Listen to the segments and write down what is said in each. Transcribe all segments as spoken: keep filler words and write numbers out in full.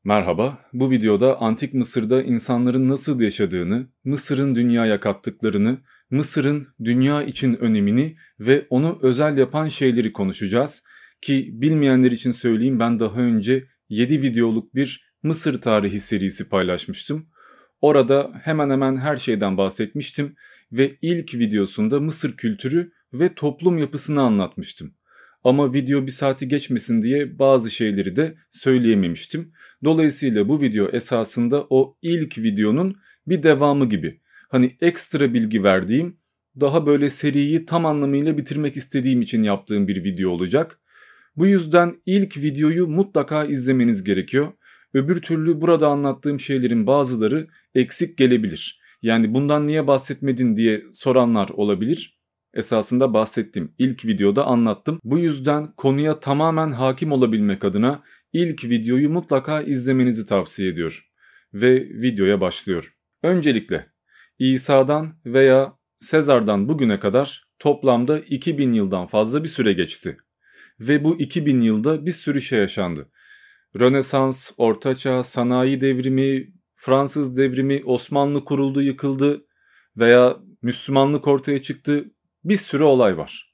Merhaba, bu videoda Antik Mısır'da insanların nasıl yaşadığını, Mısır'ın dünyaya kattıklarını, Mısır'ın dünya için önemini ve onu özel yapan şeyleri konuşacağız. Ki bilmeyenler için söyleyeyim, ben daha önce yedi videoluk bir Mısır tarihi serisi paylaşmıştım. Orada hemen hemen her şeyden bahsetmiştim ve ilk videosunda Mısır kültürü ve toplum yapısını anlatmıştım. Ama video bir saati geçmesin diye bazı şeyleri de söyleyememiştim. Dolayısıyla bu video esasında o ilk videonun bir devamı gibi. Hani ekstra bilgi verdiğim, daha böyle seriyi tam anlamıyla bitirmek istediğim için yaptığım bir video olacak. Bu yüzden ilk videoyu mutlaka izlemeniz gerekiyor. Öbür türlü burada anlattığım şeylerin bazıları eksik gelebilir. Yani bundan niye bahsetmedin diye soranlar olabilir. Esasında bahsettim. İlk videoda anlattım. Bu yüzden konuya tamamen hakim olabilmek adına ilk videoyu mutlaka izlemenizi tavsiye ediyorum. Ve videoya başlıyorum. Öncelikle İsa'dan veya Sezar'dan bugüne kadar toplamda iki bin yıldan fazla bir süre geçti. Ve bu iki bin yılda bir sürü şey yaşandı. Rönesans, Ortaçağ, Sanayi Devrimi, Fransız Devrimi, Osmanlı kuruldu, yıkıldı veya Müslümanlık ortaya çıktı. Bir sürü olay var.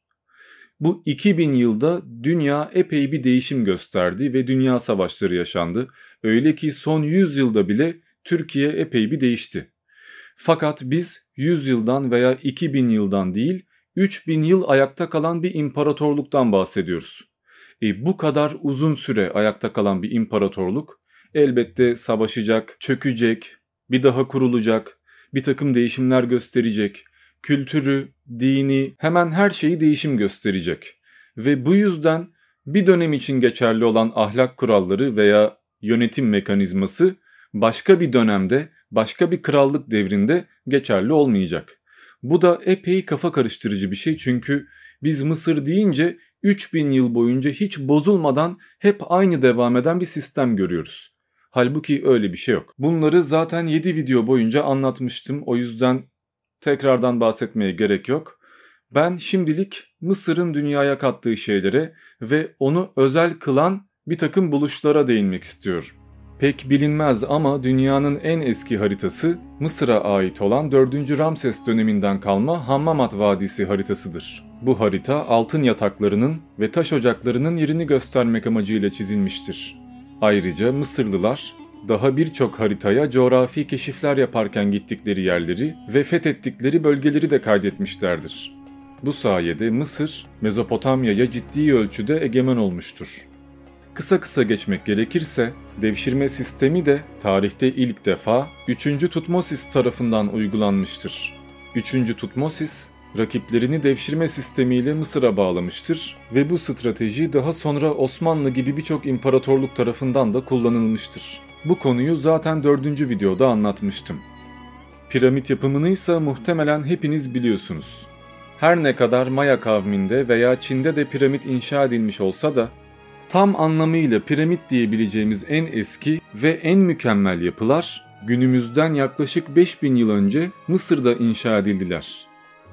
Bu iki bin yılda dünya epey bir değişim gösterdi ve dünya savaşları yaşandı. Öyle ki son yüz yılda bile Türkiye epey bir değişti. Fakat biz yüz yıldan veya iki bin yıldan değil, üç bin yıl ayakta kalan bir imparatorluktan bahsediyoruz. E, bu kadar uzun süre ayakta kalan bir imparatorluk elbette savaşacak, çökecek, bir daha kurulacak, bir takım değişimler gösterecek. Kültürü, dini, hemen her şeyi değişim gösterecek. Ve bu yüzden bir dönem için geçerli olan ahlak kuralları veya yönetim mekanizması başka bir dönemde, başka bir krallık devrinde geçerli olmayacak. Bu da epey kafa karıştırıcı bir şey, çünkü biz Mısır deyince üç bin yıl boyunca hiç bozulmadan hep aynı devam eden bir sistem görüyoruz. Halbuki öyle bir şey yok. Bunları zaten yedi video boyunca anlatmıştım, o yüzden tekrardan bahsetmeye gerek yok. Ben şimdilik Mısır'ın dünyaya kattığı şeylere ve onu özel kılan bir takım buluşlara değinmek istiyorum. Pek bilinmez ama dünyanın en eski haritası Mısır'a ait olan dördüncü Ramses döneminden kalma Hammamat Vadisi haritasıdır. Bu harita altın yataklarının ve taş ocaklarının yerini göstermek amacıyla çizilmiştir. Ayrıca Mısırlılar daha birçok haritaya coğrafi keşifler yaparken gittikleri yerleri ve fethettikleri bölgeleri de kaydetmişlerdir. Bu sayede Mısır, Mezopotamya'ya ciddi ölçüde egemen olmuştur. Kısa kısa geçmek gerekirse, devşirme sistemi de tarihte ilk defa üçüncü Tutmosis tarafından uygulanmıştır. üçüncü Tutmosis, rakiplerini devşirme sistemiyle Mısır'a bağlamıştır ve bu strateji daha sonra Osmanlı gibi birçok imparatorluk tarafından da kullanılmıştır. Bu konuyu zaten dördüncü videoda anlatmıştım. Piramit yapımını ise muhtemelen hepiniz biliyorsunuz. Her ne kadar Maya kavminde veya Çin'de de piramit inşa edilmiş olsa da tam anlamıyla piramit diyebileceğimiz en eski ve en mükemmel yapılar günümüzden yaklaşık beş bin yıl önce Mısır'da inşa edildiler.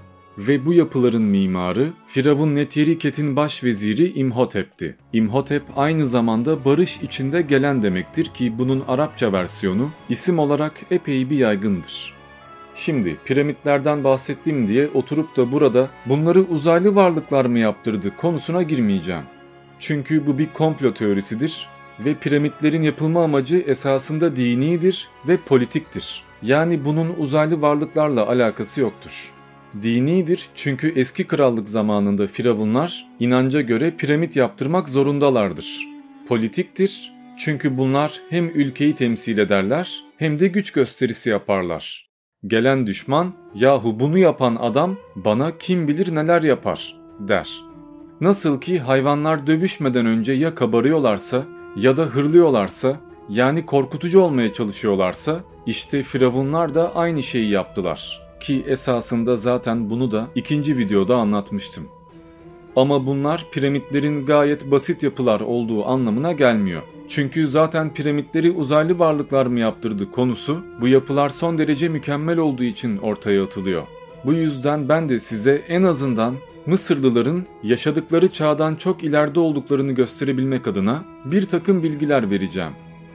Ve bu yapıların mimarı Firavun Neteriket'in başveziri İmhotep'ti. İmhotep aynı zamanda barış içinde gelen demektir ki bunun Arapça versiyonu isim olarak epey bir yaygındır. Şimdi piramitlerden bahsettim diye oturup da burada bunları uzaylı varlıklar mı yaptırdı konusuna girmeyeceğim. Çünkü bu bir komplo teorisidir ve piramitlerin yapılma amacı esasında dinidir ve politiktir. Yani bunun uzaylı varlıklarla alakası yoktur. Dinidir çünkü eski krallık zamanında firavunlar inanca göre piramit yaptırmak zorundalardır. Politiktir çünkü bunlar hem ülkeyi temsil ederler hem de güç gösterisi yaparlar. Gelen düşman, yahu bunu yapan adam bana kim bilir neler yapar der. Nasıl ki hayvanlar dövüşmeden önce ya kabarıyorlarsa ya da hırlıyorlarsa, yani korkutucu olmaya çalışıyorlarsa, işte firavunlar da aynı şeyi yaptılar. Ki esasında zaten bunu da ikinci videoda anlatmıştım. Ama bunlar piramitlerin gayet basit yapılar olduğu anlamına gelmiyor. Çünkü zaten piramitleri uzaylı varlıklar mı yaptırdı konusu bu yapılar son derece mükemmel olduğu için ortaya atılıyor. Bu yüzden ben de size en azından Mısırlıların yaşadıkları çağdan çok ileride olduklarını gösterebilmek adına bir takım bilgiler vereceğim.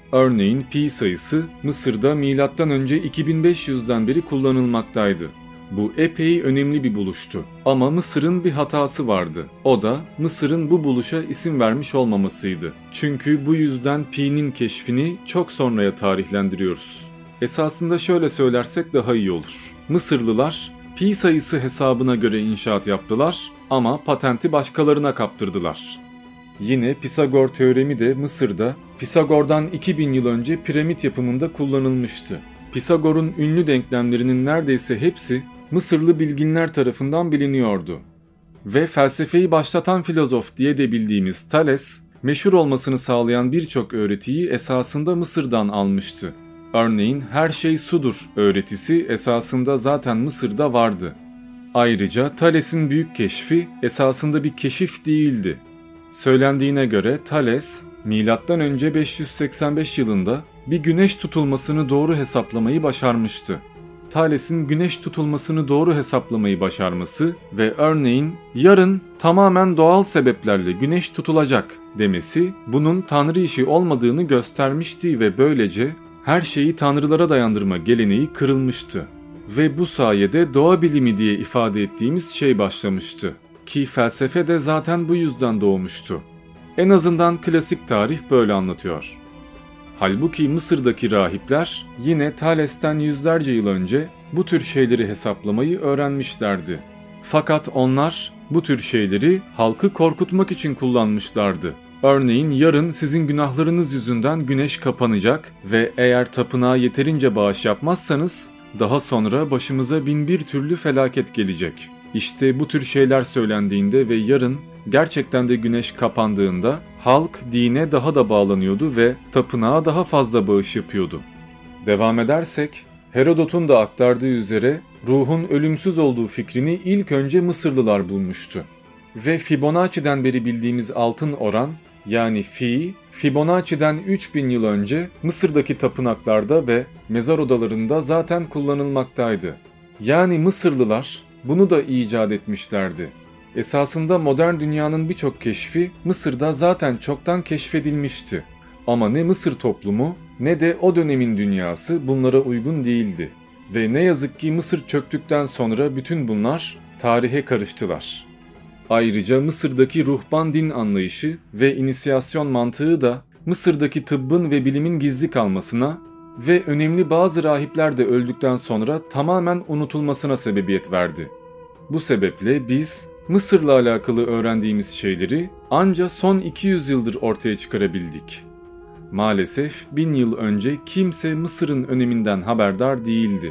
Örneğin pi sayısı Mısır'da milattan önce iki bin beş yüzden beri kullanılmaktaydı. Bu epey önemli bir buluştu. Ama Mısır'ın bir hatası vardı. O da Mısır'ın bu buluşa isim vermiş olmamasıydı. Çünkü bu yüzden pi'nin keşfini çok sonraya tarihlendiriyoruz. Esasında şöyle söylersek daha iyi olur. Mısırlılar pi sayısı hesabına göre inşaat yaptılar ama patenti başkalarına kaptırdılar. Yine Pisagor teoremi de Mısır'da Pisagor'dan iki bin yıl önce piramit yapımında kullanılmıştı. Pisagor'un ünlü denklemlerinin neredeyse hepsi Mısırlı bilginler tarafından biliniyordu. Ve felsefeyi başlatan filozof diye de bildiğimiz Thales, meşhur olmasını sağlayan birçok öğretiyi esasında Mısır'dan almıştı. Örneğin her şey sudur öğretisi esasında zaten Mısır'da vardı. Ayrıca Thales'in büyük keşfi esasında bir keşif değildi. Söylendiğine göre Thales, milattan önce beş yüz seksen beş yılında bir güneş tutulmasını doğru hesaplamayı başarmıştı. Thales'in güneş tutulmasını doğru hesaplamayı başarması ve örneğin yarın tamamen doğal sebeplerle güneş tutulacak demesi bunun tanrı işi olmadığını göstermişti ve böylece her şeyi tanrılara dayandırma geleneği kırılmıştı. Ve bu sayede doğa bilimi diye ifade ettiğimiz şey başlamıştı. Ki felsefe de zaten bu yüzden doğmuştu. En azından klasik tarih böyle anlatıyor. Halbuki Mısır'daki rahipler yine Thales'ten yüzlerce yıl önce bu tür şeyleri hesaplamayı öğrenmişlerdi. Fakat onlar bu tür şeyleri halkı korkutmak için kullanmışlardı. Örneğin yarın sizin günahlarınız yüzünden güneş kapanacak ve eğer tapınağa yeterince bağış yapmazsanız daha sonra başımıza bin bir türlü felaket gelecek. İşte bu tür şeyler söylendiğinde ve yarın gerçekten de güneş kapandığında halk dine daha da bağlanıyordu ve tapınağa daha fazla bağış yapıyordu. Devam edersek, Herodot'un da aktardığı üzere ruhun ölümsüz olduğu fikrini ilk önce Mısırlılar bulmuştu. Ve Fibonacci'den beri bildiğimiz altın oran yani fi, Fibonacci'den üç bin yıl önce Mısır'daki tapınaklarda ve mezar odalarında zaten kullanılmaktaydı. Yani Mısırlılar bunu da icat etmişlerdi. Esasında modern dünyanın birçok keşfi Mısır'da zaten çoktan keşfedilmişti. Ama ne Mısır toplumu ne de o dönemin dünyası bunlara uygun değildi. Ve ne yazık ki Mısır çöktükten sonra bütün bunlar tarihe karıştılar. Ayrıca Mısır'daki ruhban din anlayışı ve inisiyasyon mantığı da Mısır'daki tıbbın ve bilimin gizli kalmasına ve önemli bazı rahipler de öldükten sonra tamamen unutulmasına sebebiyet verdi. Bu sebeple biz Mısır'la alakalı öğrendiğimiz şeyleri ancak son iki yüz yıldır ortaya çıkarabildik. Maalesef bin yıl önce kimse Mısır'ın öneminden haberdar değildi.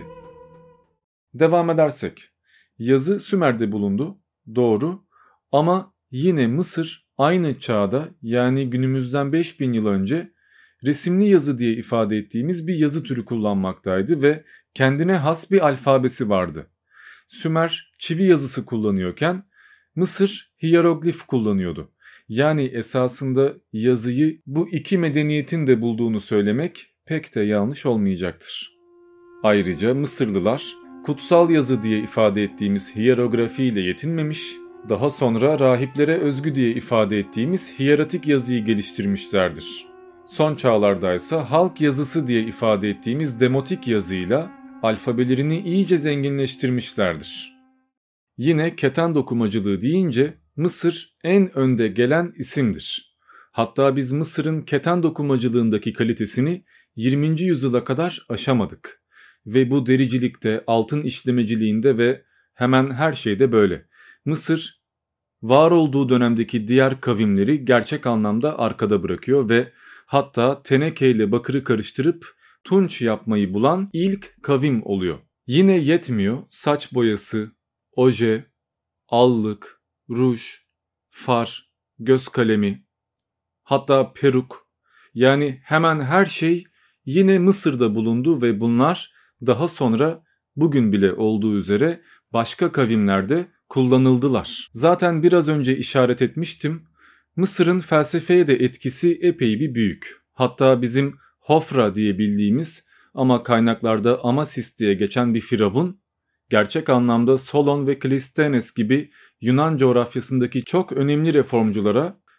Devam edersek, yazı Sümer'de bulundu, doğru, ama yine Mısır aynı çağda yani günümüzden beş bin yıl önce resimli yazı diye ifade ettiğimiz bir yazı türü kullanmaktaydı ve kendine has bir alfabesi vardı. Sümer çivi yazısı kullanıyorken Mısır hieroglif kullanıyordu. Yani esasında yazıyı bu iki medeniyetin de bulduğunu söylemek pek de yanlış olmayacaktır. Ayrıca Mısırlılar kutsal yazı diye ifade ettiğimiz hierografi ile yetinmemiş, daha sonra rahiplere özgü diye ifade ettiğimiz hieratik yazıyı geliştirmişlerdir. Son çağlardaysa halk yazısı diye ifade ettiğimiz demotik yazıyla alfabelerini iyice zenginleştirmişlerdir. Yine keten dokumacılığı deyince Mısır en önde gelen isimdir. Hatta biz Mısır'ın keten dokumacılığındaki kalitesini yirminci yüzyıla kadar aşamadık. Ve bu dericilikte, altın işlemeciliğinde ve hemen her şeyde böyle. Mısır var olduğu dönemdeki diğer kavimleri gerçek anlamda arkada bırakıyor ve hatta teneke ile bakırı karıştırıp tunç yapmayı bulan ilk kavim oluyor. Yine yetmiyor, saç boyası, oje, allık, ruj, far, göz kalemi, hatta peruk, yani hemen her şey yine Mısır'da bulundu ve bunlar daha sonra bugün bile olduğu üzere başka kavimlerde kullanıldılar. Zaten biraz önce işaret etmiştim, Mısır'ın felsefeye de etkisi epey bir büyük. Hatta bizim Hofra diye bildiğimiz ama kaynaklarda Amasis diye geçen bir firavun, gerçek anlamda Solon ve Klistenes gibi Yunan coğrafyasındaki çok önemli reformculara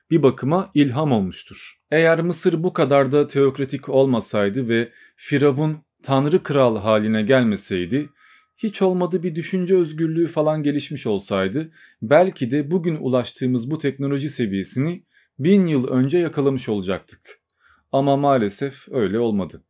bir bakıma ilham olmuştur. Eğer Mısır bu kadar da teokratik olmasaydı ve Firavun tanrı kral haline gelmeseydi, hiç olmadı bir düşünce özgürlüğü falan gelişmiş olsaydı, belki de bugün ulaştığımız bu teknoloji seviyesini bin yıl önce yakalamış olacaktık. Ama maalesef öyle olmadı.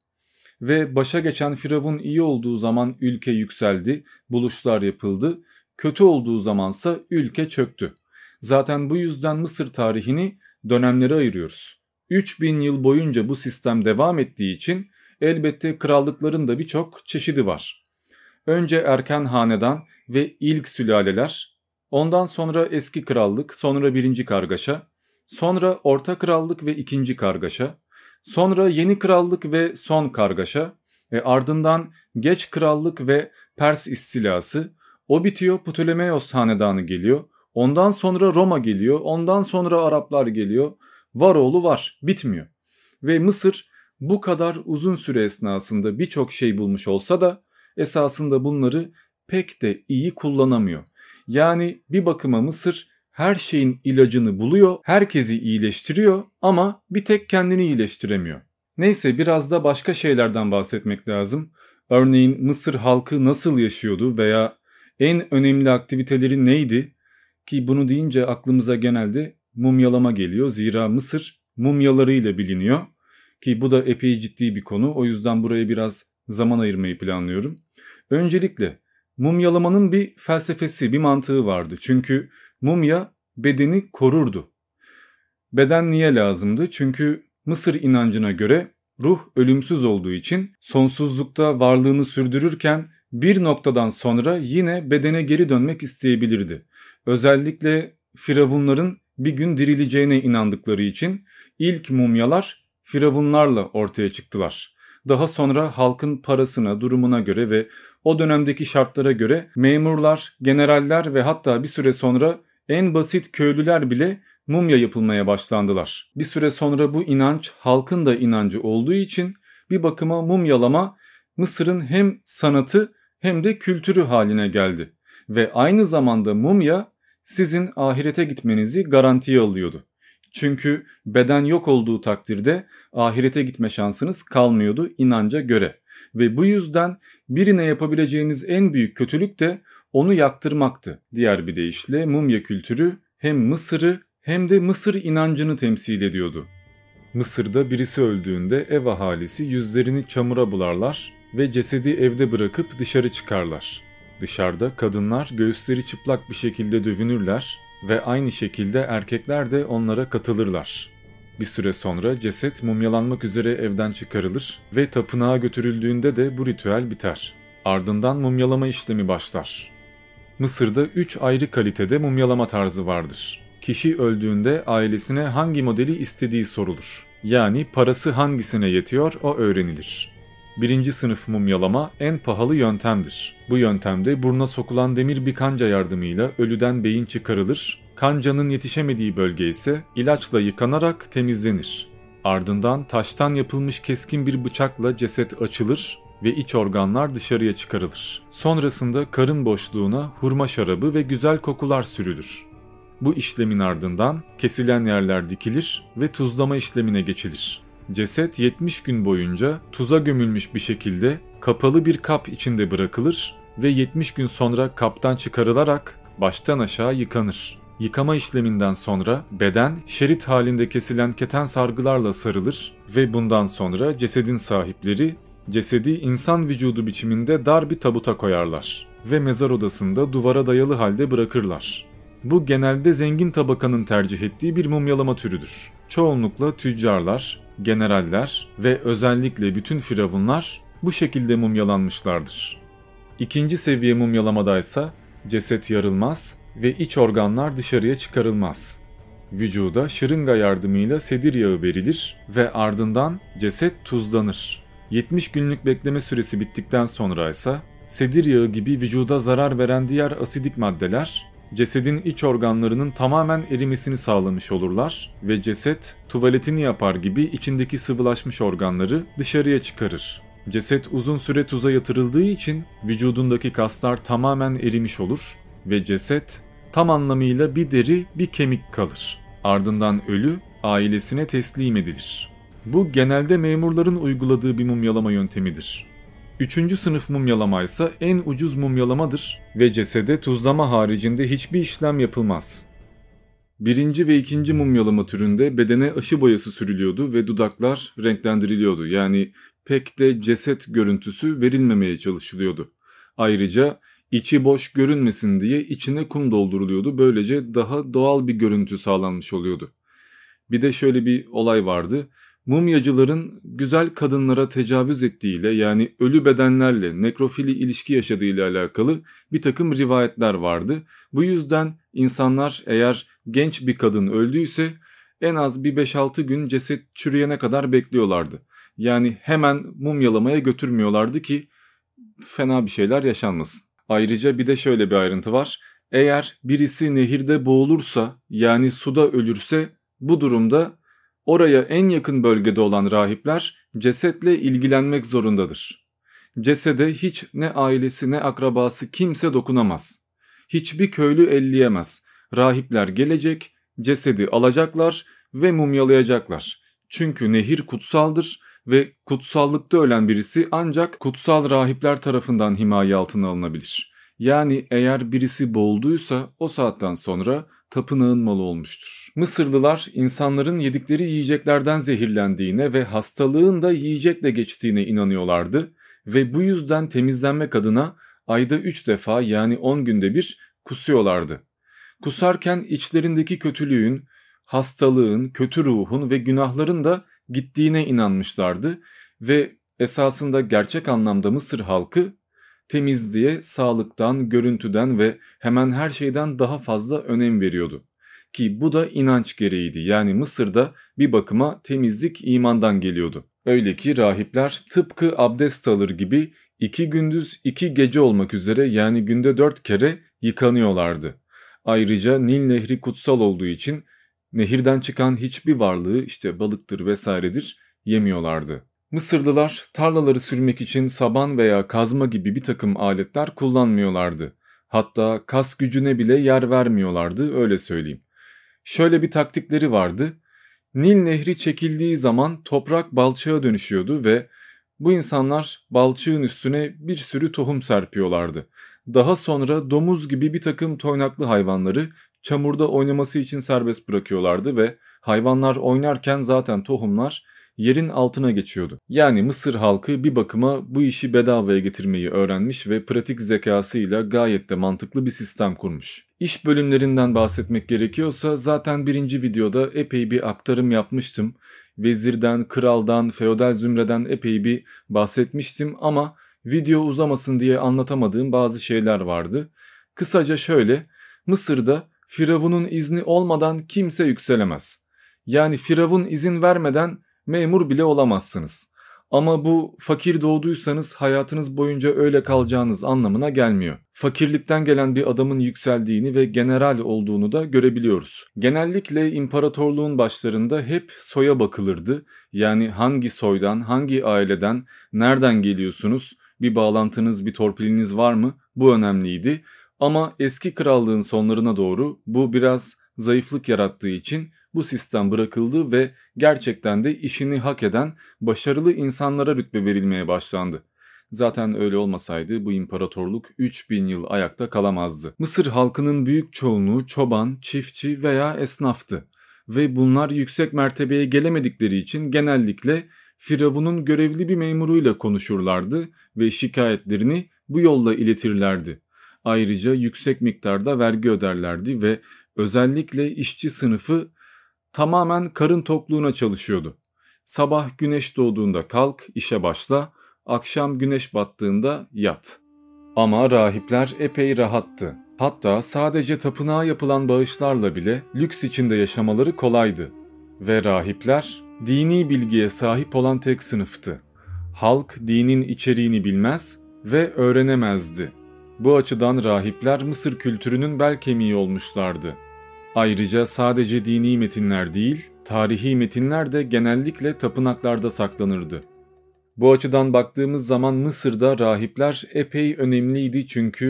Ve başa geçen Firavun iyi olduğu zaman ülke yükseldi, buluşlar yapıldı, kötü olduğu zamansa ülke çöktü. Zaten bu yüzden Mısır tarihini dönemlere ayırıyoruz. üç bin yıl boyunca bu sistem devam ettiği için elbette krallıkların da birçok çeşidi var. Önce erken hanedan ve ilk sülaleler, ondan sonra eski krallık, sonra birinci kargaşa, sonra orta krallık ve ikinci kargaşa, sonra yeni krallık ve son kargaşa, ve ardından geç krallık ve Pers istilası, o bitiyor, Ptolemaios hanedanı geliyor, ondan sonra Roma geliyor, ondan sonra Araplar geliyor, var oğlu var, bitmiyor. Ve Mısır bu kadar uzun süre esnasında birçok şey bulmuş olsa da esasında bunları pek de iyi kullanamıyor. Yani bir bakıma Mısır her şeyin ilacını buluyor, herkesi iyileştiriyor ama bir tek kendini iyileştiremiyor. Neyse, biraz da başka şeylerden bahsetmek lazım. Örneğin Mısır halkı nasıl yaşıyordu veya en önemli aktiviteleri neydi? Ki bunu deyince aklımıza genelde mumyalama geliyor. Zira Mısır mumyalarıyla biliniyor. Ki bu da epey ciddi bir konu. O yüzden buraya biraz zaman ayırmayı planlıyorum. Öncelikle mumyalamanın bir felsefesi, bir mantığı vardı. Çünkü mumya bedeni korurdu. Beden niye lazımdı? Çünkü Mısır inancına göre ruh ölümsüz olduğu için sonsuzlukta varlığını sürdürürken bir noktadan sonra yine bedene geri dönmek isteyebilirdi. Özellikle firavunların bir gün dirileceğine inandıkları için ilk mumyalar firavunlarla ortaya çıktılar. Daha sonra halkın parasına, durumuna göre ve o dönemdeki şartlara göre memurlar, generaller ve hatta bir süre sonra en basit köylüler bile mumya yapılmaya başlandılar. Bir süre sonra bu inanç halkın da inancı olduğu için bir bakıma mumyalama Mısır'ın hem sanatı hem de kültürü haline geldi. Ve aynı zamanda mumya sizin ahirete gitmenizi garantiye alıyordu. Çünkü beden yok olduğu takdirde ahirete gitme şansınız kalmıyordu inanca göre. Ve bu yüzden birine yapabileceğiniz en büyük kötülük de onu yaktırmaktı. Diğer bir deyişle mumya kültürü hem Mısır'ı hem de Mısır inancını temsil ediyordu. Mısır'da birisi öldüğünde ev ahalisi yüzlerini çamura bularlar ve cesedi evde bırakıp dışarı çıkarlar. Dışarıda kadınlar göğüsleri çıplak bir şekilde dövünürler ve aynı şekilde erkekler de onlara katılırlar. Bir süre sonra ceset mumyalanmak üzere evden çıkarılır ve tapınağa götürüldüğünde de bu ritüel biter. Ardından mumyalama işlemi başlar. Mısır'da üç ayrı kalitede mumyalama tarzı vardır. Kişi öldüğünde ailesine hangi modeli istediği sorulur. Yani parası hangisine yetiyor o öğrenilir. Birinci sınıf mumyalama en pahalı yöntemdir. Bu yöntemde buruna sokulan demir bir kanca yardımıyla ölüden beyin çıkarılır. Kancanın yetişemediği bölge ise ilaçla yıkanarak temizlenir. Ardından taştan yapılmış keskin bir bıçakla ceset açılır ve iç organlar dışarıya çıkarılır. Sonrasında karın boşluğuna hurma şarabı ve güzel kokular sürülür. Bu işlemin ardından kesilen yerler dikilir ve tuzlama işlemine geçilir. Ceset yetmiş gün boyunca tuza gömülmüş bir şekilde kapalı bir kap içinde bırakılır ve yetmiş gün sonra kaptan çıkarılarak baştan aşağı yıkanır. Yıkama işleminden sonra beden şerit halinde kesilen keten sargılarla sarılır ve bundan sonra cesedin sahipleri cesedi insan vücudu biçiminde dar bir tabuta koyarlar ve mezar odasında duvara dayalı halde bırakırlar. Bu genelde zengin tabakanın tercih ettiği bir mumyalama türüdür. Çoğunlukla tüccarlar, generaller ve özellikle bütün firavunlar bu şekilde mumyalanmışlardır. İkinci seviye mumyalamadaysa ceset yarılmaz ve iç organlar dışarıya çıkarılmaz. Vücuda şırınga yardımıyla sedir yağı verilir ve ardından ceset tuzlanır. yetmiş günlük bekleme süresi bittikten sonra ise sedir yağı gibi vücuda zarar veren diğer asidik maddeler cesedin iç organlarının tamamen erimesini sağlamış olurlar ve ceset tuvaletini yapar gibi içindeki sıvılaşmış organları dışarıya çıkarır. Ceset uzun süre tuza yatırıldığı için vücudundaki kaslar tamamen erimiş olur ve ceset tam anlamıyla bir deri bir kemik kalır. Ardından ölü ailesine teslim edilir. Bu genelde memurların uyguladığı bir mumyalama yöntemidir. Üçüncü sınıf mumyalama ise en ucuz mumyalamadır ve cesede tuzlama haricinde hiçbir işlem yapılmaz. Birinci ve ikinci mumyalama türünde bedene aşı boyası sürülüyordu ve dudaklar renklendiriliyordu. Yani pek de ceset görüntüsü verilmemeye çalışılıyordu. Ayrıca içi boş görünmesin diye içine kum dolduruluyordu. Böylece daha doğal bir görüntü sağlanmış oluyordu. Bir de şöyle bir olay vardı. Mumyacıların güzel kadınlara tecavüz ettiğiyle, yani ölü bedenlerle nekrofili ilişki yaşadığıyla alakalı bir takım rivayetler vardı. Bu yüzden insanlar eğer genç bir kadın öldüyse en az bir beş altı gün ceset çürüyene kadar bekliyorlardı. Yani hemen mumyalamaya götürmüyorlardı ki fena bir şeyler yaşanmasın. Ayrıca bir de şöyle bir ayrıntı var. Eğer birisi nehirde boğulursa, yani suda ölürse, bu durumda oraya en yakın bölgede olan rahipler cesetle ilgilenmek zorundadır. Cesede hiç ne ailesi ne akrabası kimse dokunamaz. Hiçbir köylü elleyemez. Rahipler gelecek, cesedi alacaklar ve mumyalayacaklar. Çünkü nehir kutsaldır ve kutsallıkta ölen birisi ancak kutsal rahipler tarafından himaye altına alınabilir. Yani eğer birisi boğulduysa o saatten sonra tapınağın malı olmuştur. Mısırlılar insanların yedikleri yiyeceklerden zehirlendiğine ve hastalığın da yiyecekle geçtiğine inanıyorlardı ve bu yüzden temizlenmek adına ayda üç defa, yani on günde bir kusuyorlardı. Kusarken içlerindeki kötülüğün, hastalığın, kötü ruhun ve günahların da gittiğine inanmışlardı ve esasında gerçek anlamda Mısır halkı temizliğe sağlıktan, görüntüden ve hemen her şeyden daha fazla önem veriyordu. Ki bu da inanç gereğiydi. Yani Mısır'da bir bakıma temizlik imandan geliyordu. Öyle ki rahipler tıpkı abdest alır gibi iki gündüz iki gece olmak üzere, yani günde dört kere yıkanıyorlardı. Ayrıca Nil Nehri kutsal olduğu için nehirden çıkan hiçbir varlığı, işte balıktır vesairedir, yemiyorlardı. Mısırlılar tarlaları sürmek için saban veya kazma gibi bir takım aletler kullanmıyorlardı. Hatta kas gücüne bile yer vermiyorlardı, öyle söyleyeyim. Şöyle bir taktikleri vardı. Nil Nehri çekildiği zaman toprak balçağa dönüşüyordu ve bu insanlar balçığın üstüne bir sürü tohum serpiyorlardı. Daha sonra domuz gibi bir takım toynaklı hayvanları çamurda oynaması için serbest bırakıyorlardı ve hayvanlar oynarken zaten tohumlar yerin altına geçiyordu. Yani Mısır halkı bir bakıma bu işi bedavaya getirmeyi öğrenmiş ve pratik zekasıyla gayet de mantıklı bir sistem kurmuş. İş bölümlerinden bahsetmek gerekiyorsa zaten birinci videoda epey bir aktarım yapmıştım. Vezirden, kraldan, feodal zümreden epey bir bahsetmiştim ama video uzamasın diye anlatamadığım bazı şeyler vardı. Kısaca şöyle, Mısır'da Firavun'un izni olmadan kimse yükselemez. Yani Firavun izin vermeden memur bile olamazsınız. Ama bu fakir doğduysanız hayatınız boyunca öyle kalacağınız anlamına gelmiyor. Fakirlikten gelen bir adamın yükseldiğini ve general olduğunu da görebiliyoruz. Genellikle imparatorluğun başlarında hep soya bakılırdı. Yani hangi soydan, hangi aileden, nereden geliyorsunuz, bir bağlantınız, bir torpiliniz var mı? Bu önemliydi. Ama eski krallığın sonlarına doğru bu biraz zayıflık yarattığı için bu sistem bırakıldı ve gerçekten de işini hak eden başarılı insanlara rütbe verilmeye başlandı. Zaten öyle olmasaydı bu imparatorluk üç bin yıl ayakta kalamazdı. Mısır halkının büyük çoğunluğu çoban, çiftçi veya esnaftı ve bunlar yüksek mertebeye gelemedikleri için genellikle Firavun'un görevli bir memuruyla konuşurlardı ve şikayetlerini bu yolla iletirlerdi. Ayrıca yüksek miktarda vergi öderlerdi ve özellikle işçi sınıfı tamamen karın tokluğuna çalışıyordu. Sabah güneş doğduğunda kalk, işe başla, akşam güneş battığında yat. Ama rahipler epey rahattı. Hatta sadece tapınağa yapılan bağışlarla bile lüks içinde yaşamaları kolaydı. Ve rahipler dini bilgiye sahip olan tek sınıftı. Halk dinin içeriğini bilmez ve öğrenemezdi. Bu açıdan rahipler Mısır kültürünün bel kemiği olmuşlardı. Ayrıca sadece dini metinler değil, tarihi metinler de genellikle tapınaklarda saklanırdı. Bu açıdan baktığımız zaman Mısır'da rahipler epey önemliydi çünkü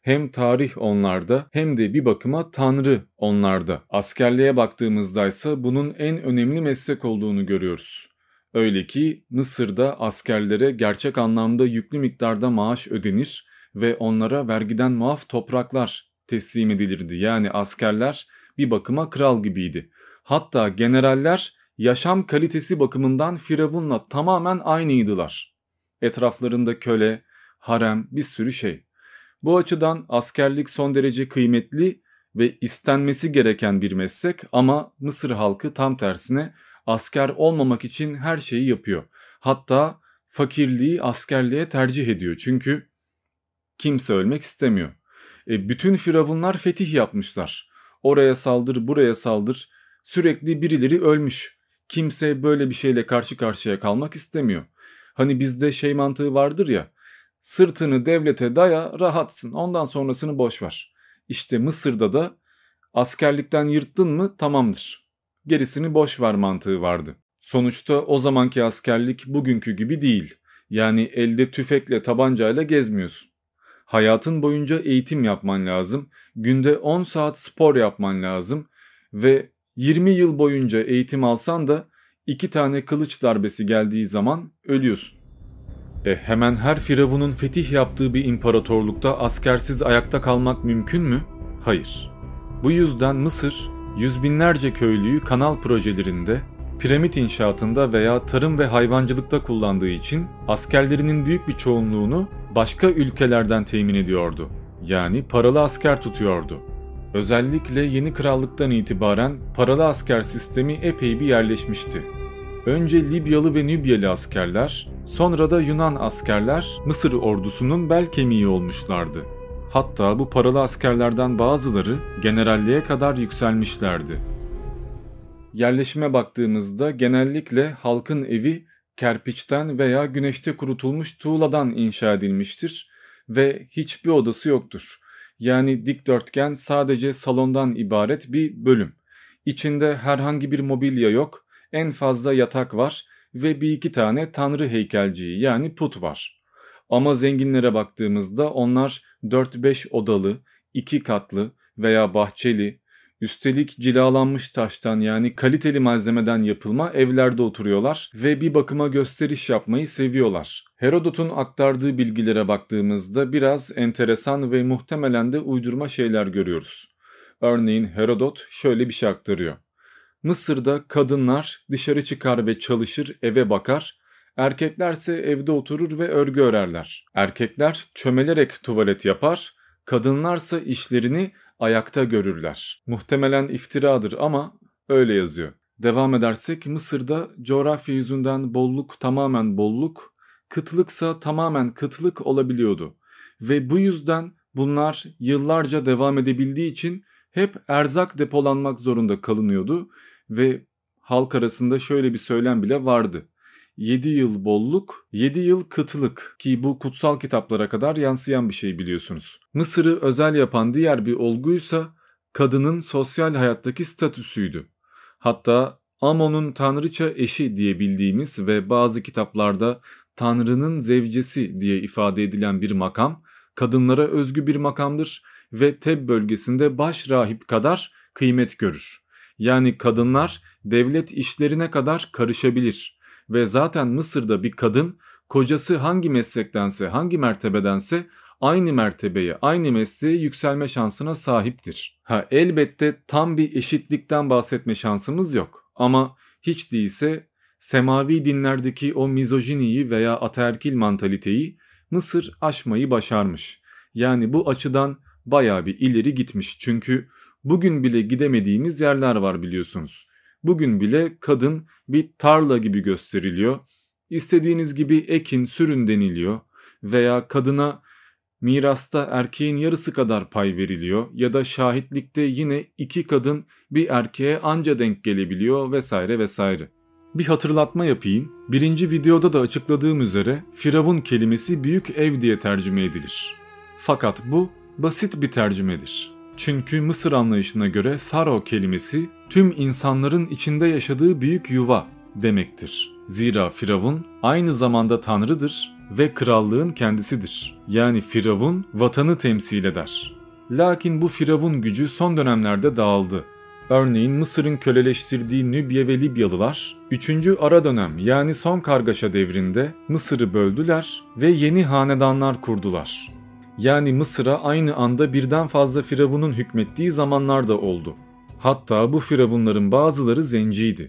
Hem tarih onlarda hem de bir bakıma tanrı onlarda. Askerliğe baktığımızdaysa bunun en önemli meslek olduğunu görüyoruz. Öyle ki Mısır'da askerlere gerçek anlamda yüklü miktarda maaş ödenir ve onlara vergiden muaf topraklar teslim edilirdi. Yani askerler bir bakıma kral gibiydi. Hatta generaller yaşam kalitesi bakımından Firavun'la tamamen aynıydılar. Etraflarında köle, harem, bir sürü şey. Bu açıdan askerlik son derece kıymetli ve istenmesi gereken bir meslek ama Mısır halkı tam tersine asker olmamak için her şeyi yapıyor. Hatta fakirliği askerliğe tercih ediyor çünkü kimse ölmek istemiyor. E, bütün firavunlar fetih yapmışlar. Oraya saldır, buraya saldır. Sürekli birileri ölmüş. Kimse böyle bir şeyle karşı karşıya kalmak istemiyor. Hani bizde şey mantığı vardır ya, sırtını devlete daya, rahatsın, ondan sonrasını boş ver. İşte Mısır'da da askerlikten yırttın mı tamamdır. Gerisini boş ver mantığı vardı. Sonuçta o zamanki askerlik bugünkü gibi değil. Yani elde tüfekle, tabancayla gezmiyorsun. Hayatın boyunca eğitim yapman lazım. Günde on saat spor yapman lazım. Ve yirmi yıl boyunca eğitim alsan da iki tane kılıç darbesi geldiği zaman ölüyorsun. E hemen her firavunun fetih yaptığı bir imparatorlukta askersiz ayakta kalmak mümkün mü? Hayır. Bu yüzden Mısır, yüz binlerce köylüyü kanal projelerinde, piramit inşaatında veya tarım ve hayvancılıkta kullandığı için askerlerinin büyük bir çoğunluğunu başka ülkelerden temin ediyordu. Yani paralı asker tutuyordu. Özellikle yeni krallıktan itibaren paralı asker sistemi epey bir yerleşmişti. Önce Libyalı ve Nübyalı askerler, sonra da Yunan askerler Mısır ordusunun bel kemiği olmuşlardı. Hatta bu paralı askerlerden bazıları generalliğe kadar yükselmişlerdi. Yerleşime baktığımızda genellikle halkın evi kerpiçten veya güneşte kurutulmuş tuğladan inşa edilmiştir ve hiçbir odası yoktur. Yani dikdörtgen sadece salondan ibaret bir bölüm. İçinde herhangi bir mobilya yok, en fazla yatak var ve bir iki tane tanrı heykelciği yani put var. Ama zenginlere baktığımızda onlar dört beş odalı, iki katlı veya bahçeli, üstelik cilalanmış taştan yani kaliteli malzemeden yapılma evlerde oturuyorlar ve bir bakıma gösteriş yapmayı seviyorlar. Herodot'un aktardığı bilgilere baktığımızda biraz enteresan ve muhtemelen de uydurma şeyler görüyoruz. Örneğin Herodot şöyle bir şey aktarıyor. Mısır'da kadınlar dışarı çıkar ve çalışır, eve bakar. Erkeklerse evde oturur ve örgü örerler. Erkekler çömelerek tuvalet yapar, kadınlarsa işlerini ayakta görürler. Muhtemelen iftiradır ama öyle yazıyor. Devam edersek Mısır'da coğrafya yüzünden bolluk tamamen bolluk, kıtlıksa tamamen kıtlık olabiliyordu. Ve bu yüzden bunlar yıllarca devam edebildiği için hep erzak depolanmak zorunda kalınıyordu ve halk arasında şöyle bir söylem bile vardı. yedi yıl bolluk, yedi yıl kıtlık ki bu kutsal kitaplara kadar yansıyan bir şey biliyorsunuz. Mısır'ı özel yapan diğer bir olguysa kadının sosyal hayattaki statüsüydü. Hatta Amon'un tanrıça eşi diye bildiğimiz ve bazı kitaplarda tanrının zevcesi diye ifade edilen bir makam, kadınlara özgü bir makamdır ve Teb bölgesinde baş rahip kadar kıymet görür. Yani kadınlar devlet işlerine kadar karışabilir. Ve zaten Mısır'da bir kadın kocası hangi meslektense hangi mertebedense aynı mertebeye aynı mesleğe yükselme şansına sahiptir. Ha elbette tam bir eşitlikten bahsetme şansımız yok ama hiç değilse semavi dinlerdeki o mizojiniyi veya ataerkil mantaliteyi Mısır aşmayı başarmış. Yani bu açıdan bayağı bir ileri gitmiş çünkü bugün bile gidemediğimiz yerler var biliyorsunuz. Bugün bile kadın bir tarla gibi gösteriliyor. İstediğiniz gibi ekin, sürün deniliyor veya kadına mirasta erkeğin yarısı kadar pay veriliyor ya da şahitlikte yine iki kadın bir erkeğe anca denk gelebiliyor vesaire vesaire. Bir hatırlatma yapayım. Birinci videoda da açıkladığım üzere Firavun kelimesi büyük ev diye tercüme edilir. Fakat bu basit bir tercümedir. Çünkü Mısır anlayışına göre Tharo kelimesi tüm insanların içinde yaşadığı büyük yuva demektir. Zira Firavun aynı zamanda tanrıdır ve krallığın kendisidir. Yani Firavun vatanı temsil eder. Lakin bu Firavun gücü son dönemlerde dağıldı. Örneğin Mısır'ın köleleştirdiği Nübye ve Libyalılar üçüncü ara dönem yani son kargaşa devrinde Mısır'ı böldüler ve yeni hanedanlar kurdular. Yani Mısır'a aynı anda birden fazla Firavun'un hükmettiği zamanlar da oldu. Hatta bu Firavunların bazıları zenciydi.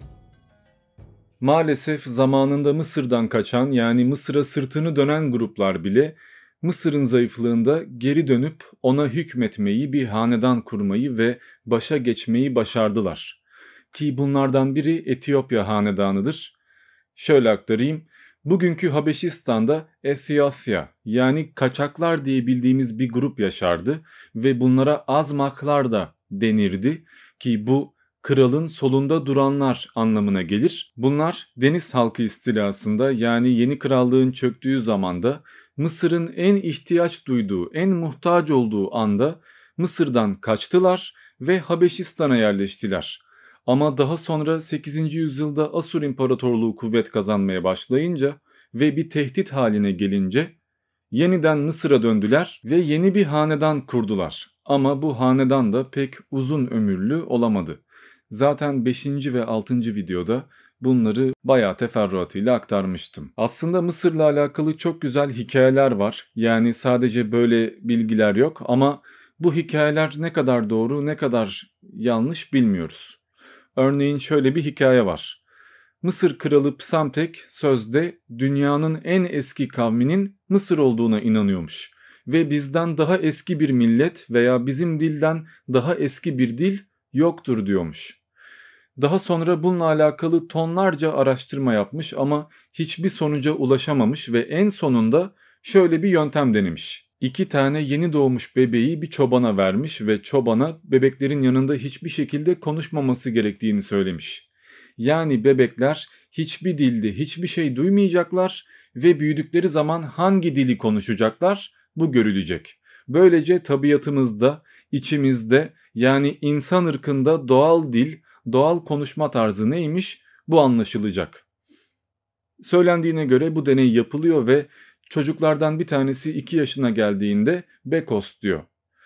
Maalesef zamanında Mısır'dan kaçan yani Mısır'a sırtını dönen gruplar bile Mısır'ın zayıflığında geri dönüp ona hükmetmeyi, bir hanedan kurmayı ve başa geçmeyi başardılar. Ki bunlardan biri Etiyopya hanedanıdır. Şöyle aktarayım. Bugünkü Habeşistan'da Etiyopya yani kaçaklar diye bildiğimiz bir grup yaşardı ve bunlara azmaklar da denirdi ki bu kralın solunda duranlar anlamına gelir. Bunlar deniz halkı istilasında yani yeni krallığın çöktüğü zamanda Mısır'ın en ihtiyaç duyduğu, en muhtaç olduğu anda Mısır'dan kaçtılar ve Habeşistan'a yerleştiler. Ama daha sonra sekizinci yüzyılda Asur İmparatorluğu kuvvet kazanmaya başlayınca ve bir tehdit haline gelince yeniden Mısır'a döndüler ve yeni bir hanedan kurdular. Ama bu hanedan da pek uzun ömürlü olamadı. Zaten beşinci ve altıncı videoda bunları bayağı teferruatıyla aktarmıştım. Aslında Mısır'la alakalı çok güzel hikayeler var. Yani sadece böyle bilgiler yok ama bu hikayeler ne kadar doğru ne kadar yanlış bilmiyoruz. Örneğin şöyle bir hikaye var. Mısır kralı Psamtek sözde dünyanın en eski kavminin Mısır olduğuna inanıyormuş. Ve bizden daha eski bir millet veya bizim dilden daha eski bir dil yoktur diyormuş. Daha sonra bununla alakalı tonlarca araştırma yapmış ama hiçbir sonuca ulaşamamış ve en sonunda şöyle bir yöntem denemiş. İki tane yeni doğmuş bebeği bir çobana vermiş ve çobana bebeklerin yanında hiçbir şekilde konuşmaması gerektiğini söylemiş. Yani bebekler hiçbir dilde hiçbir şey duymayacaklar ve büyüdükleri zaman hangi dili konuşacaklar bu görülecek. Böylece tabiatımızda, içimizde yani insan ırkında doğal dil, doğal konuşma tarzı neymiş bu anlaşılacak. Söylendiğine göre bu deney yapılıyor ve çocuklardan bir tanesi iki yaşına geldiğinde Bekos diyor.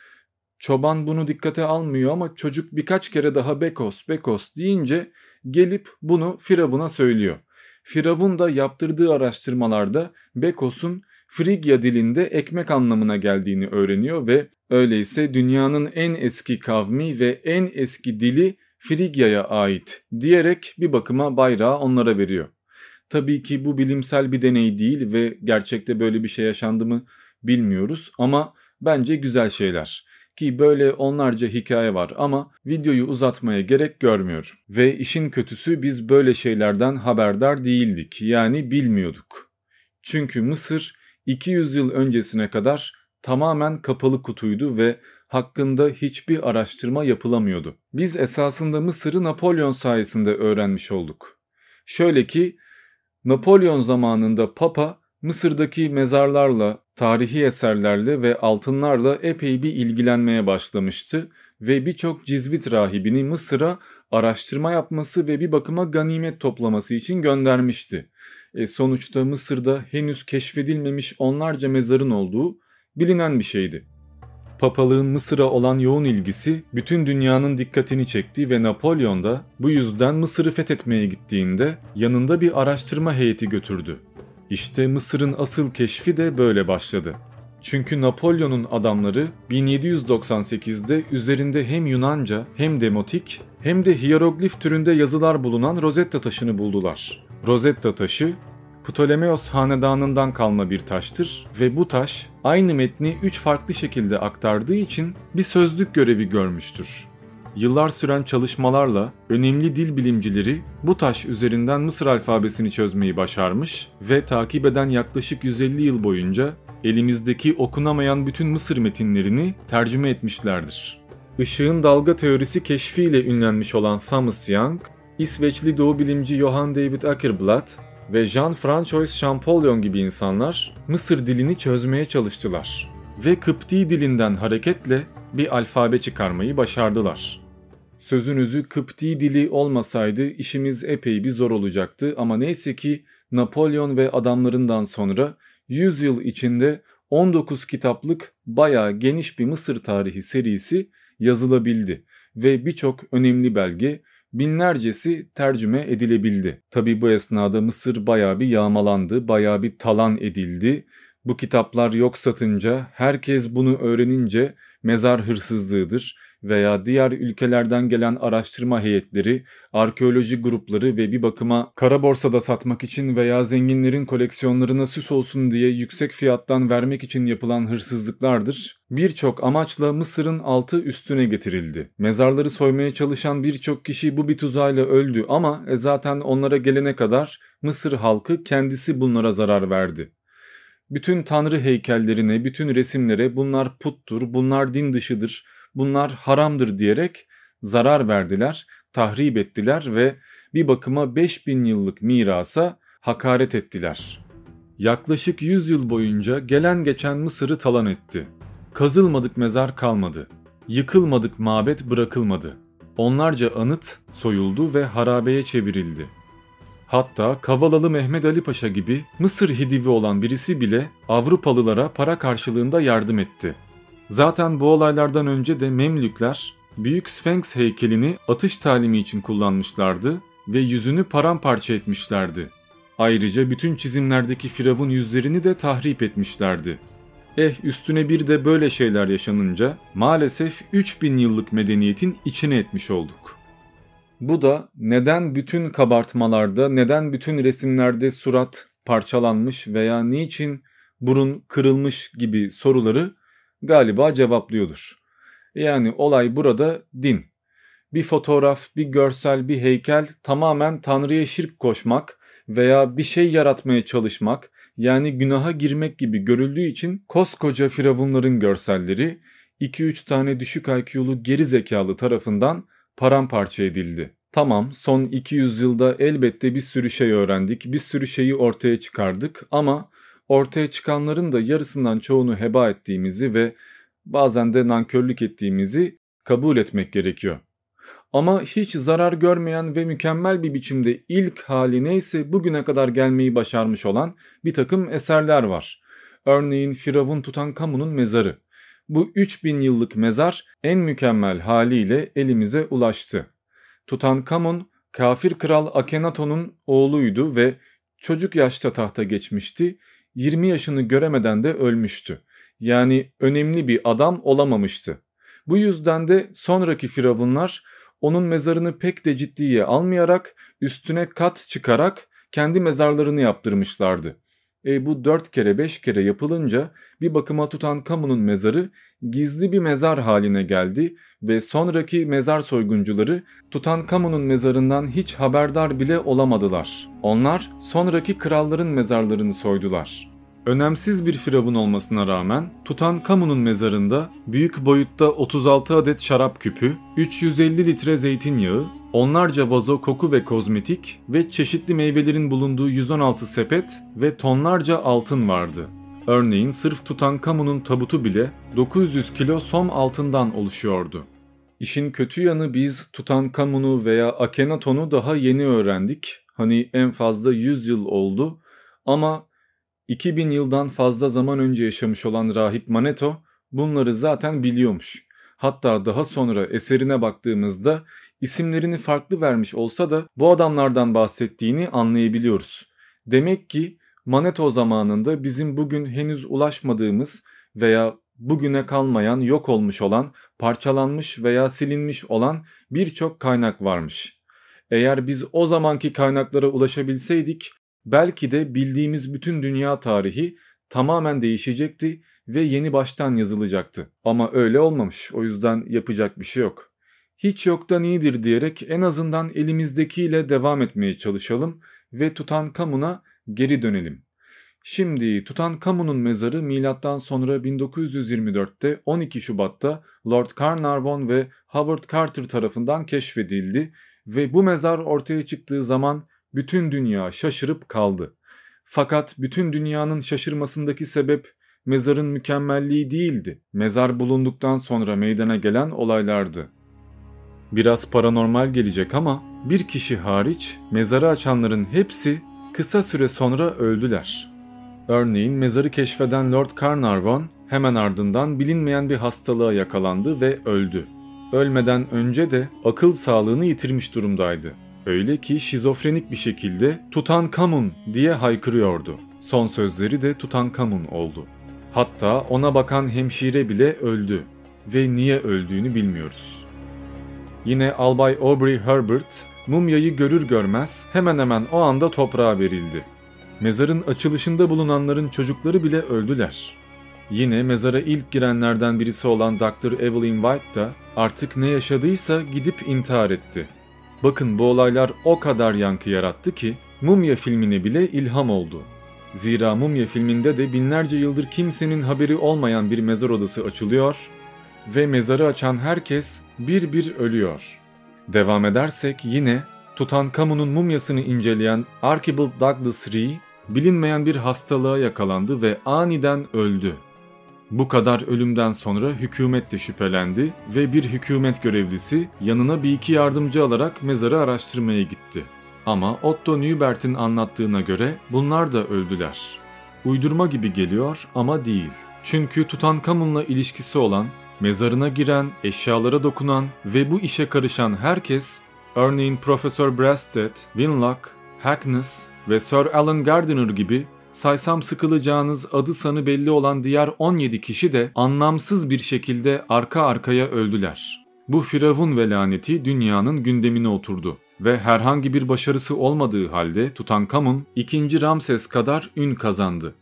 Çoban bunu dikkate almıyor ama çocuk birkaç kere daha Bekos, Bekos deyince gelip bunu Firavun'a söylüyor. Firavun da yaptırdığı araştırmalarda Bekos'un Frigya dilinde ekmek anlamına geldiğini öğreniyor ve öyleyse dünyanın en eski kavmi ve en eski dili Frigya'ya ait diyerek bir bakıma bayrağı onlara veriyor. Tabii ki bu bilimsel bir deney değil ve gerçekte böyle bir şey yaşandı mı bilmiyoruz ama bence güzel şeyler. Ki böyle onlarca hikaye var ama videoyu uzatmaya gerek görmüyorum. Ve işin kötüsü biz böyle şeylerden haberdar değildik yani bilmiyorduk. Çünkü Mısır iki yüz yıl öncesine kadar tamamen kapalı kutuydu ve hakkında hiçbir araştırma yapılamıyordu. Biz esasında Mısır'ı Napolyon sayesinde öğrenmiş olduk. Şöyle ki Napolyon zamanında Papa Mısır'daki mezarlarla, tarihi eserlerle ve altınlarla epey bir ilgilenmeye başlamıştı ve birçok Cizvit rahibini Mısır'a araştırma yapması ve bir bakıma ganimet toplaması için göndermişti. E sonuçta Mısır'da henüz keşfedilmemiş onlarca mezarın olduğu bilinen bir şeydi. Papalığın Mısır'a olan yoğun ilgisi bütün dünyanın dikkatini çekti ve Napolyon da bu yüzden Mısır'ı fethetmeye gittiğinde yanında bir araştırma heyeti götürdü. İşte Mısır'ın asıl keşfi de böyle başladı. Çünkü Napolyon'un adamları bin yedi yüz doksan sekizde üzerinde hem Yunanca hem Demotik hem de hieroglif türünde yazılar bulunan Rosetta taşını buldular. Rosetta taşı Ptolemeos hanedanından kalma bir taştır ve bu taş aynı metni üç farklı şekilde aktardığı için bir sözlük görevi görmüştür. Yıllar süren çalışmalarla önemli dil bilimcileri bu taş üzerinden Mısır alfabesini çözmeyi başarmış ve takip eden yaklaşık yüz elli yıl boyunca elimizdeki okunamayan bütün Mısır metinlerini tercüme etmişlerdir. Işığın dalga teorisi keşfiyle ünlenmiş olan Thomas Young, İsveçli doğu bilimci Johann David Åkerblad ve Jean-François Champollion gibi insanlar Mısır dilini çözmeye çalıştılar ve Kıpti dilinden hareketle bir alfabe çıkarmayı başardılar. Sözünüzü Kıpti dili olmasaydı işimiz epey bir zor olacaktı ama neyse ki Napolyon ve adamlarından sonra yüz yıl içinde on dokuz kitaplık bayağı geniş bir Mısır tarihi serisi yazılabildi ve birçok önemli belge, binlercesi tercüme edilebildi. Tabi bu esnada Mısır bayağı bir yağmalandı, bayağı bir talan edildi. Bu kitaplar yok satınca, herkes bunu öğrenince mezar hırsızlığıdır veya diğer ülkelerden gelen araştırma heyetleri, arkeoloji grupları ve bir bakıma kara borsada satmak için veya zenginlerin koleksiyonlarına süs olsun diye yüksek fiyattan vermek için yapılan hırsızlıklardır. Birçok amaçla Mısır'ın altı üstüne getirildi. Mezarları soymaya çalışan birçok kişi bu bir tuzağıyla öldü ama e zaten onlara gelene kadar Mısır halkı kendisi bunlara zarar verdi. Bütün tanrı heykellerine, bütün resimlere bunlar puttur, bunlar din dışıdır, bunlar haramdır diyerek zarar verdiler, tahrip ettiler ve bir bakıma beş bin yıllık mirasa hakaret ettiler. Yaklaşık yüz yıl boyunca gelen geçen Mısır'ı talan etti. Kazılmadık mezar kalmadı, yıkılmadık mabet bırakılmadı. Onlarca anıt soyuldu ve harabeye çevrildi. Hatta Kavalalı Mehmed Ali Paşa gibi Mısır hidivi olan birisi bile Avrupalılara para karşılığında yardım etti. Zaten bu olaylardan önce de Memlükler Büyük Sfenks heykelini atış talimi için kullanmışlardı ve yüzünü paramparça etmişlerdi. Ayrıca bütün çizimlerdeki firavun yüzlerini de tahrip etmişlerdi. Eh üstüne bir de böyle şeyler yaşanınca maalesef üç bin yıllık medeniyetin içine etmiş olduk. Bu da neden bütün kabartmalarda, neden bütün resimlerde surat parçalanmış veya niçin burun kırılmış gibi soruları galiba cevaplıyordur. Yani olay burada din. Bir fotoğraf, bir görsel, bir heykel tamamen Tanrı'ya şirk koşmak veya bir şey yaratmaya çalışmak, yani günaha girmek gibi görüldüğü için koskoca firavunların görselleri iki üç tane düşük I Q'lu geri zekalı tarafından paramparça edildi. Tamam, son iki yüz yılda elbette bir sürü şey öğrendik, bir sürü şeyi ortaya çıkardık ama ortaya çıkanların da yarısından çoğunu heba ettiğimizi ve bazen de nankörlük ettiğimizi kabul etmek gerekiyor. Ama hiç zarar görmeyen ve mükemmel bir biçimde ilk hali neyse bugüne kadar gelmeyi başarmış olan bir takım eserler var. Örneğin Firavun Tutankamon'un mezarı. Bu üç bin yıllık mezar en mükemmel haliyle elimize ulaştı. Tutankamon, kafir kral Akhenaton'un oğluydu ve çocuk yaşta tahta geçmişti, yirmi yaşını göremeden de ölmüştü. Yani önemli bir adam olamamıştı. Bu yüzden de sonraki firavunlar onun mezarını pek de ciddiye almayarak üstüne kat çıkarak kendi mezarlarını yaptırmışlardı. E bu dört kere beş kere yapılınca bir bakıma Tutankamon'un mezarı gizli bir mezar haline geldi ve sonraki mezar soyguncuları Tutankamon'un mezarından hiç haberdar bile olamadılar. Onlar sonraki kralların mezarlarını soydular. Önemsiz bir firavun olmasına rağmen Tutankamon'un mezarında büyük boyutta otuz altı adet şarap küpü, üç yüz elli litre zeytinyağı, onlarca vazo koku ve kozmetik ve çeşitli meyvelerin bulunduğu yüz on altı sepet ve tonlarca altın vardı. Örneğin sırf Tutankamon'un tabutu bile dokuz yüz kilo som altından oluşuyordu. İşin kötü yanı biz Tutankamon'u veya Akhenaton'u daha yeni öğrendik. Hani en fazla yüz yıl oldu ama iki bin yıldan fazla zaman önce yaşamış olan rahip Manetho bunları zaten biliyormuş. Hatta daha sonra eserine baktığımızda isimlerini farklı vermiş olsa da bu adamlardan bahsettiğini anlayabiliyoruz. Demek ki Manetho zamanında bizim bugün henüz ulaşmadığımız veya bugüne kalmayan, yok olmuş olan, parçalanmış veya silinmiş olan birçok kaynak varmış. Eğer biz o zamanki kaynaklara ulaşabilseydik belki de bildiğimiz bütün dünya tarihi tamamen değişecekti ve yeni baştan yazılacaktı. Ama öyle olmamış, o yüzden yapacak bir şey yok. Hiç yoktan iyidir diyerek en azından elimizdekiyle devam etmeye çalışalım ve Tutankamon'a geri dönelim. Şimdi Tutankamon'un mezarı milattan sonra bin dokuz yüz yirmi dörtte on iki Şubat'ta Lord Carnarvon ve Howard Carter tarafından keşfedildi ve bu mezar ortaya çıktığı zaman bütün dünya şaşırıp kaldı. Fakat bütün dünyanın şaşırmasındaki sebep mezarın mükemmelliği değildi. Mezar bulunduktan sonra meydana gelen olaylardı. Biraz paranormal gelecek ama bir kişi hariç mezarı açanların hepsi kısa süre sonra öldüler. Örneğin mezarı keşfeden Lord Carnarvon hemen ardından bilinmeyen bir hastalığa yakalandı ve öldü. Ölmeden önce de akıl sağlığını yitirmiş durumdaydı. Öyle ki şizofrenik bir şekilde Tutankamun diye haykırıyordu. Son sözleri de Tutankamun oldu. Hatta ona bakan hemşire bile öldü ve niye öldüğünü bilmiyoruz. Yine Albay Aubrey Herbert mumyayı görür görmez hemen hemen o anda toprağa verildi. Mezarın açılışında bulunanların çocukları bile öldüler. Yine mezara ilk girenlerden birisi olan doktor Evelyn White da artık ne yaşadıysa gidip intihar etti. Bakın bu olaylar o kadar yankı yarattı ki Mumya filmine bile ilham oldu. Zira Mumya filminde de binlerce yıldır kimsenin haberi olmayan bir mezar odası açılıyor ve mezarı açan herkes bir bir ölüyor. Devam edersek yine Tutankamun'un mumyasını inceleyen Archibald Douglas Ree bilinmeyen bir hastalığa yakalandı ve aniden öldü. Bu kadar ölümden sonra hükümet de şüphelendi ve bir hükümet görevlisi yanına bir iki yardımcı alarak mezarı araştırmaya gitti. Ama Otto Neubert'in anlattığına göre bunlar da öldüler. Uydurma gibi geliyor ama değil. Çünkü Tutankamun'la ilişkisi olan, mezarına giren, eşyalara dokunan ve bu işe karışan herkes, örneğin Profesör Brasted, Winlock, Harkness ve Sir Alan Gardiner gibi saysam sıkılacağınız adı sanı belli olan diğer on yedi kişi de anlamsız bir şekilde arka arkaya öldüler. Bu firavun ve laneti dünyanın gündemine oturdu ve herhangi bir başarısı olmadığı halde Tutankamun ikinci Ramses kadar ün kazandı.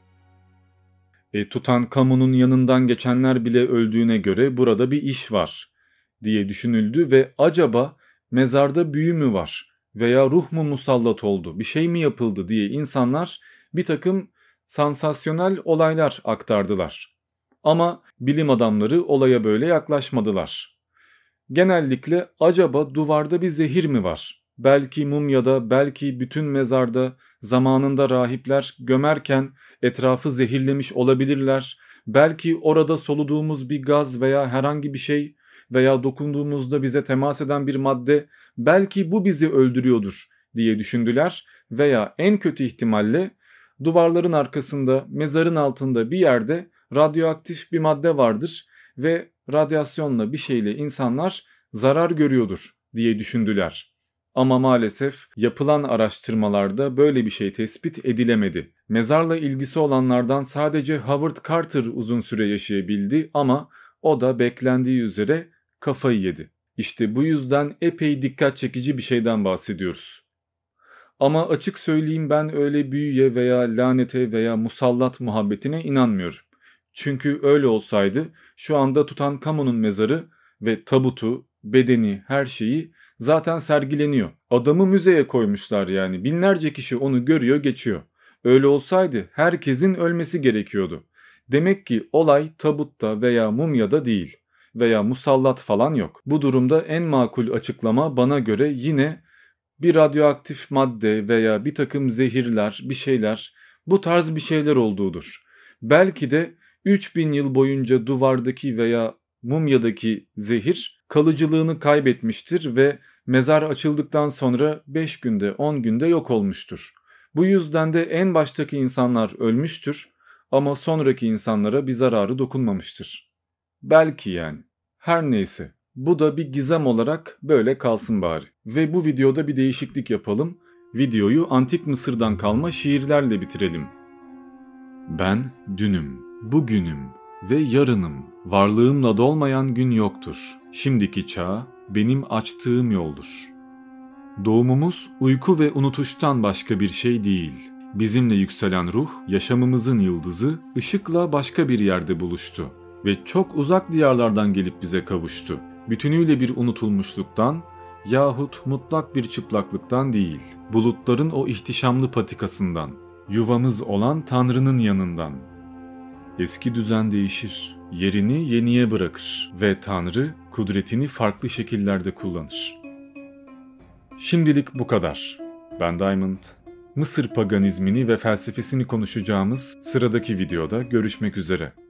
E, Tutankamun'un yanından geçenler bile öldüğüne göre burada bir iş var diye düşünüldü ve acaba mezarda büyü mü var veya ruh mu musallat oldu, bir şey mi yapıldı diye insanlar bir takım sansasyonel olaylar aktardılar. Ama bilim adamları olaya böyle yaklaşmadılar. Genellikle acaba duvarda bir zehir mi var? Belki mumyada, belki bütün mezarda zamanında rahipler gömerken etrafı zehirlemiş olabilirler. Belki orada soluduğumuz bir gaz veya herhangi bir şey veya dokunduğumuzda bize temas eden bir madde belki bu bizi öldürüyordur diye düşündüler veya en kötü ihtimalle duvarların arkasında, mezarın altında bir yerde radyoaktif bir madde vardır ve radyasyonla bir şeyle insanlar zarar görüyordur diye düşündüler. Ama maalesef yapılan araştırmalarda böyle bir şey tespit edilemedi. Mezarla ilgisi olanlardan sadece Howard Carter uzun süre yaşayabildi ama o da beklendiği üzere kafayı yedi. İşte bu yüzden epey dikkat çekici bir şeyden bahsediyoruz. Ama açık söyleyeyim ben öyle büyüye veya lanete veya musallat muhabbetine inanmıyorum. Çünkü öyle olsaydı şu anda Tutankamun'un mezarı ve tabutu, bedeni, her şeyi zaten sergileniyor. Adamı müzeye koymuşlar yani. Binlerce kişi onu görüyor, geçiyor. Öyle olsaydı herkesin ölmesi gerekiyordu. Demek ki olay tabutta veya mumyada değil veya musallat falan yok. Bu durumda en makul açıklama bana göre yine bir radyoaktif madde veya bir takım zehirler, bir şeyler, bu tarz bir şeyler olduğudur. Belki de üç bin yıl boyunca duvardaki veya mumyadaki zehir kalıcılığını kaybetmiştir ve mezar açıldıktan sonra beş günde on günde yok olmuştur. Bu yüzden de en baştaki insanlar ölmüştür ama sonraki insanlara bir zararı dokunmamıştır. Belki yani. Her neyse. Bu da bir gizem olarak böyle kalsın bari. Ve bu videoda bir değişiklik yapalım. Videoyu antik Mısır'dan kalma şiirlerle bitirelim. Ben dünüm, bugünüm ve yarınım. Varlığımla dolmayan gün yoktur. Şimdiki çağ benim açtığım yoldur. Doğumumuz uyku ve unutuştan başka bir şey değil. Bizimle yükselen ruh, yaşamımızın yıldızı, ışıkla başka bir yerde buluştu. Ve çok uzak diyarlardan gelip bize kavuştu. Bütünüyle bir unutulmuşluktan yahut mutlak bir çıplaklıktan değil, bulutların o ihtişamlı patikasından, yuvamız olan Tanrı'nın yanından. Eski düzen değişir, yerini yeniye bırakır ve Tanrı kudretini farklı şekillerde kullanır. Şimdilik bu kadar. Ben Diamond. Mısır paganizmini ve felsefesini konuşacağımız sıradaki videoda görüşmek üzere.